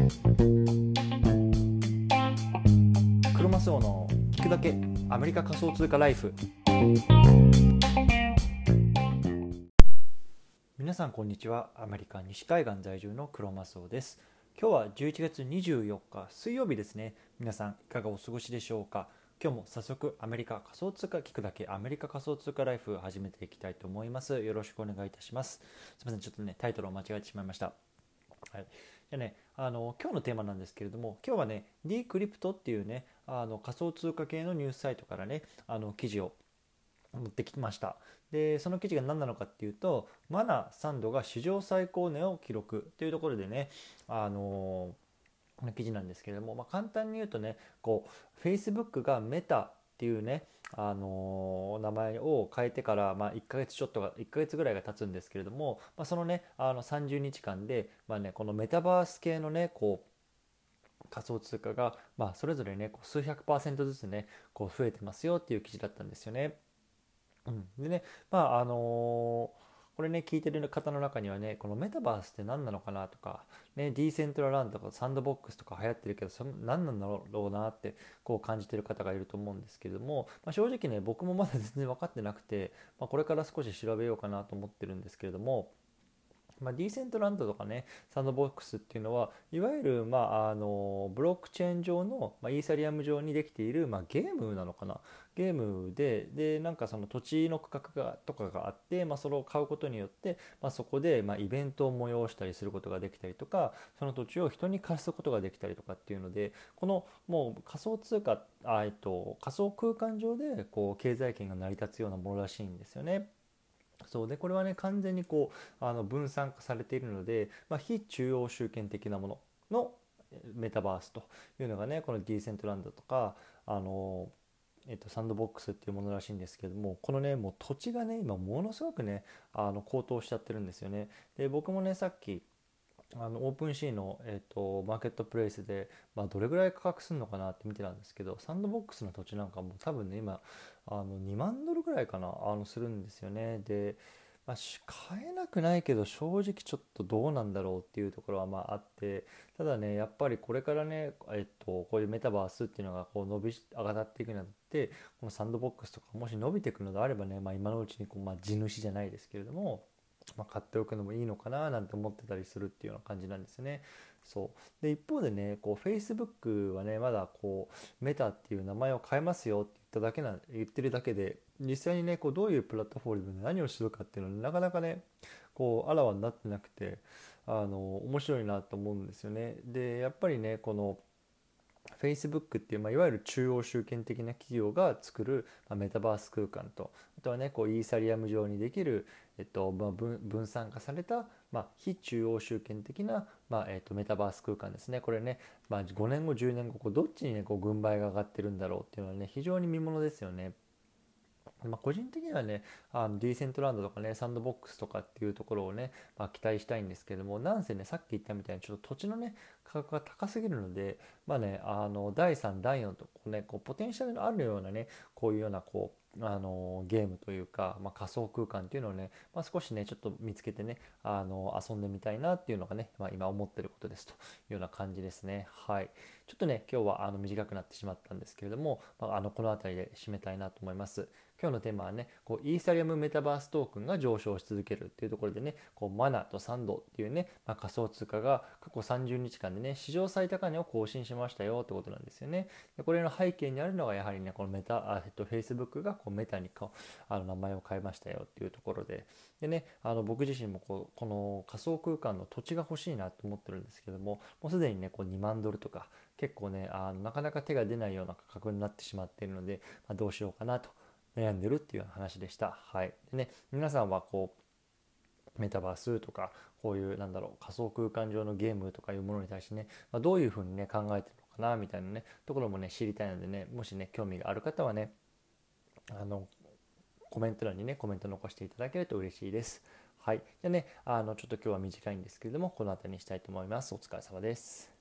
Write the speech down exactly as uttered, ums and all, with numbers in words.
クロマスオの聞くだけアメリカ仮想通貨ライフ。皆さんこんにちは。アメリカ西海岸在住のクロマスオです。今日はじゅういちがつにじゅうよっか水曜日ですね。皆さんいかがお過ごしでしょうか。今日も早速アメリカ仮想通貨聞くだけアメリカ仮想通貨ライフ始めていきたいと思います。よろしくお願いいたします。すみません、ちょっとねタイトルを間違えてしまいました。はい、じゃあね、あの今日のテーマなんですけれども、今日はね D クリプトっていうねあの仮想通貨系のニュースサイトからねあの記事を持ってきました。でその記事が何なのかっていうと、マナサンドが史上最高値を記録というところでね、あのこの記事なんですけれども、まあ、簡単に言うとね、こう Facebook がメタっていうね、あのー名前を変えてから、まあ、いっかげつちょっとがいっかげつぐらいが経つんですけれども、まあ、そのねあのさんじゅうにちかんで、まあね、このメタバース系のねこう仮想通貨が、まあ、それぞれねこう数百パーセントずつねこう増えてますよっていう記事だったんですよね。うん、でね、まああのーこれね聞いてる方の中にはね、このメタバースって何なのかなとか、ね、ディーセントラランドとかサンドボックスとか流行ってるけど、その何なんだろうなってこう感じてる方がいると思うんですけれども、まあ、正直ね僕もまだ全然分かってなくて、まあ、これから少し調べようかなと思ってるんですけれども、まあ、ディーセントランドとかねサンドボックスっていうのはいわゆる、まあ、あのブロックチェーン上の、まあ、イーサリアム上にできている、まあ、ゲームなのかな、ゲームででなんかその土地の区画がとかがあって、まあ、それを買うことによって、まあ、そこで、まあ、イベントを催したりすることができたりとか、その土地を人に貸すことができたりとかっていうので、このもう仮想通貨あ、えっと、仮想空間上でこう経済圏が成り立つようなものらしいんですよね。そうでこれはね完全にこうあの分散化されているので、まあ、非中央集権的なもののメタバースというのがねこのディーセントランドとかあの、えっと、サンドボックスっていうものらしいんですけども、このねもう土地がね今ものすごくねあの高騰しちゃってるんですよね。で僕もねさっきあのオープンシーの、えーと、マーケットプレイスで、まあ、どれぐらい価格するのかなって見てたんですけど、サンドボックスの土地なんかも多分ね今あのにまんドルぐらいかなあのするんですよね。で、まあ、買えなくないけど正直ちょっとどうなんだろうっていうところはまああって、ただねやっぱりこれからね、えっと、こういうメタバースっていうのがこう伸び上がっていくにあたって、このサンドボックスとかもし伸びていくのであればね、まあ、今のうちにこう、まあ、地主じゃないですけれども、まあ、買っておくのもいいのかななんて思ってたりするっていうような感じなんですね。そうで一方でねこう Facebook はねまだこうメタっていう名前を変えますよって言っただけな言ってるだけで、実際にねこうどういうプラットフォームで何をするかっていうのはなかなかねこうあらわになってなくて、あの面白いなと思うんですよね。でやっぱりねこのFacebook っていう、まあ、いわゆる中央集権的な企業が作る、まあ、メタバース空間と、あとはねこうイーサリアム上にできる、えっとまあ、分分散化された、まあ、非中央集権的な、まあえっと、メタバース空間ですね。これね、まあ、ごねんごじゅうねんごこうどっちにねこう軍配が上がってるんだろうっていうのはね非常に見ものですよね。まあ、個人的にはねあのディーセントランドとかねサンドボックスとかっていうところをね、まあ、期待したいんですけども、なんせねさっき言ったみたいにちょっと土地のね価格が高すぎるので、まあねあのだいさんだいよんとこうねこうポテンシャルのあるようなねこういうようなこうあのゲームというか、まあ、仮想空間っていうのをね、まあ、少しねちょっと見つけてねあの遊んでみたいなっていうのがね、まあ、今思ってることですというような感じですね。はい、ちょっとね今日はあの短くなってしまったんですけれども、まあ、あのこの辺りで締めたいなと思います。今日のテーマはね、こうイーサリアムメタバーストークンが上昇し続けるっていうところでね、こうマナとサンドっていうね、まあ、仮想通貨が過去さんじゅうにちかんでね、史上最高値を更新しましたよってことなんですよね。でこれの背景にあるのがやはりね、このメタ、あえっと、Facebook がこうメタにかあの名前を変えましたよっていうところで、でね、あの僕自身もこうこの仮想空間の土地が欲しいなと思ってるんですけども、もうすでにね、こうにまんドルとか、結構ね、あのなかなか手が出ないような価格になってしまっているので、まあ、どうしようかなと悩んでるっていう話でした。はい。でね、皆さんはこうメタバースとかこういうなんだろう仮想空間上のゲームとかいうものに対してね、まあ、どういうふうにね考えてるのかなみたいなねところもね知りたいのでね、もしね興味がある方はねあのコメント欄にねコメント残していただけると嬉しいです。はい。じゃあね、あのちょっと今日は短いんですけれどもこの辺りにしたいと思います。お疲れ様です。